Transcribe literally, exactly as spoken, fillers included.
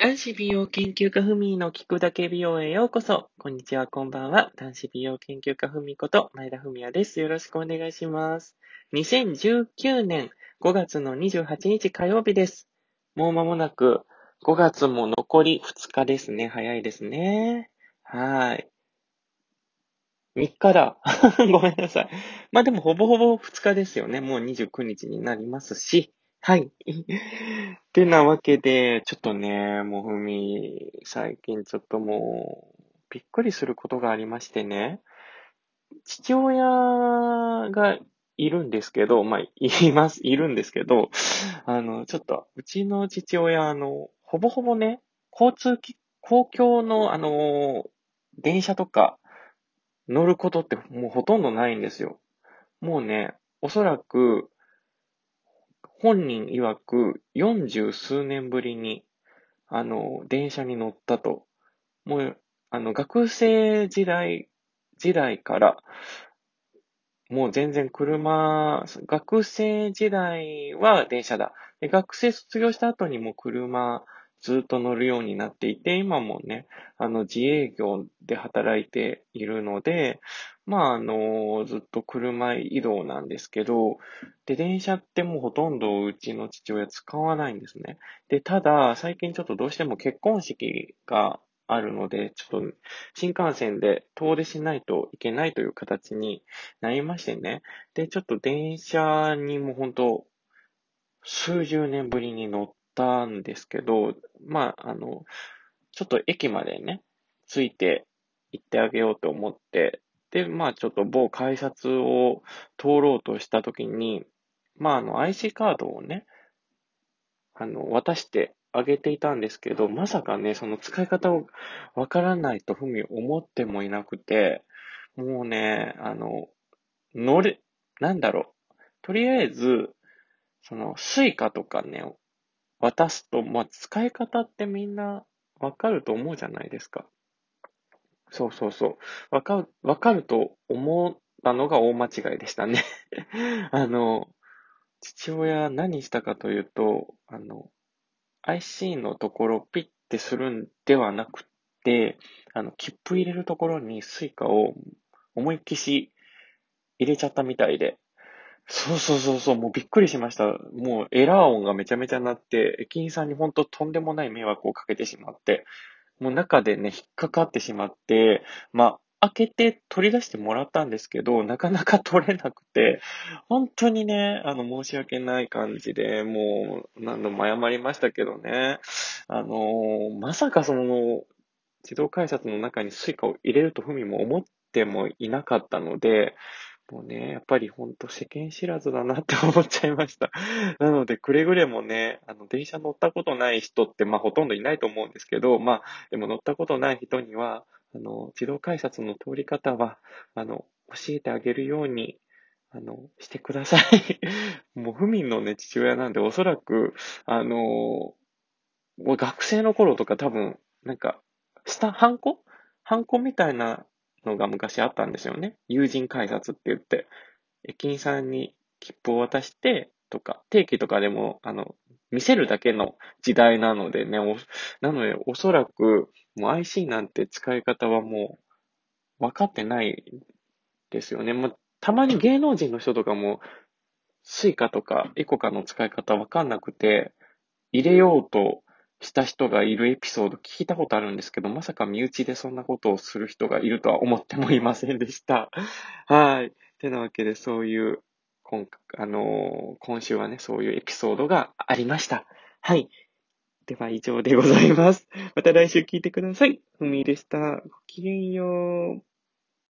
男子美容研究家ふみの聞くだけ美容へようこそ。こんにちは、こんばんは。男子美容研究家ふみこと前田文也です。よろしくお願いします。にせんじゅうきゅうねんごがつのにじゅうはちにち火曜日です。もう間もなくごがつも残りふつかですね。早いですね。はい。みっかだ。ごめんなさい。まあでもほぼほぼふつかですよね。もうにじゅうくにちになりますし。はい。てなわけで、ちょっとね、もうふみ、最近ちょっともう、びっくりすることがありましてね。父親がいるんですけど、まあ、います、いるんですけど、あの、ちょっと、うちの父親、あの、ほぼほぼね、交通機、公共の、あの、電車とか乗ることってもうほとんどないんですよ。もうね、おそらく、本人曰く、四十数年ぶりに、あの、電車に乗ったと。もう、あの、学生時代、時代から、もう全然車、学生時代は電車だ。で、学生卒業した後にも車ずっと乗るようになっていて、今もね、あの、自営業で働いているので、まあ、あの、ずっと車移動なんですけど、で、電車ってもうほとんどうちの父親使わないんですね。で、ただ、最近ちょっとどうしても結婚式があるので、ちょっと新幹線で遠出しないといけないという形になりましてね。で、ちょっと電車にも本当数十年ぶりに乗ったんですけど、まあ、あの、ちょっと駅までね、ついて行ってあげようと思って、で、まあ、ちょっと某改札を通ろうとしたときに、まあ、あの、アイシー カードをね、あの、渡してあげていたんですけど、まさかね、その使い方をわからないとふみ思ってもいなくて、もうね、あの、乗れ、なんだろう。とりあえず、その、スイカとかね、渡すと、まあ、使い方ってみんなわかると思うじゃないですか。そうそうそう。わかる、わかると思ったのが大間違いでしたね。あの、父親何したかというと、あの、アイシー のところをピッてするんではなくて、あの、切符入れるところにスイカを思いっきし入れちゃったみたいで、そうそうそうそう、もうびっくりしました。もうエラー音がめちゃめちゃ鳴って、駅員さんに本当とんでもない迷惑をかけてしまって、もう中でね、引っかかってしまって、まあ、開けて取り出してもらったんですけど、なかなか取れなくて、本当にね、あの、申し訳ない感じで、もう何度も謝りましたけどね。あのまさかその、自動改札の中にスイカを入れるとふみも思ってもいなかったので、もうね、やっぱりほんと世間知らずだなって思っちゃいました。なので、くれぐれもね、あの、電車乗ったことない人って、まあ、ほとんどいないと思うんですけど、まあ、でも乗ったことない人には、あの、自動改札の通り方は、あの、教えてあげるように、あの、してください。もう、府民のね、父親なんで、おそらく、あの、もう学生の頃とか多分、なんか、スタ、ハンコハンコみたいなのが昔あったんですよね。友人改札って言って。駅員さんに切符を渡してとか、定期とかでも、あの、見せるだけの時代なのでね、おなので、おそらく、もう アイシー なんて使い方はもう分かってないですよね。まあ、たまに芸能人の人とかも、スイカとかエコカの使い方分かんなくて、入れようとした人がいるエピソード聞いたことあるんですけど、まさか身内でそんなことをする人がいるとは思ってもいませんでした。はい。てなわけで、そういう、今、あのー今週はね、そういうエピソードがありました。はい。では以上でございます。また来週聞いてください。ふみでした。ごきげんよう。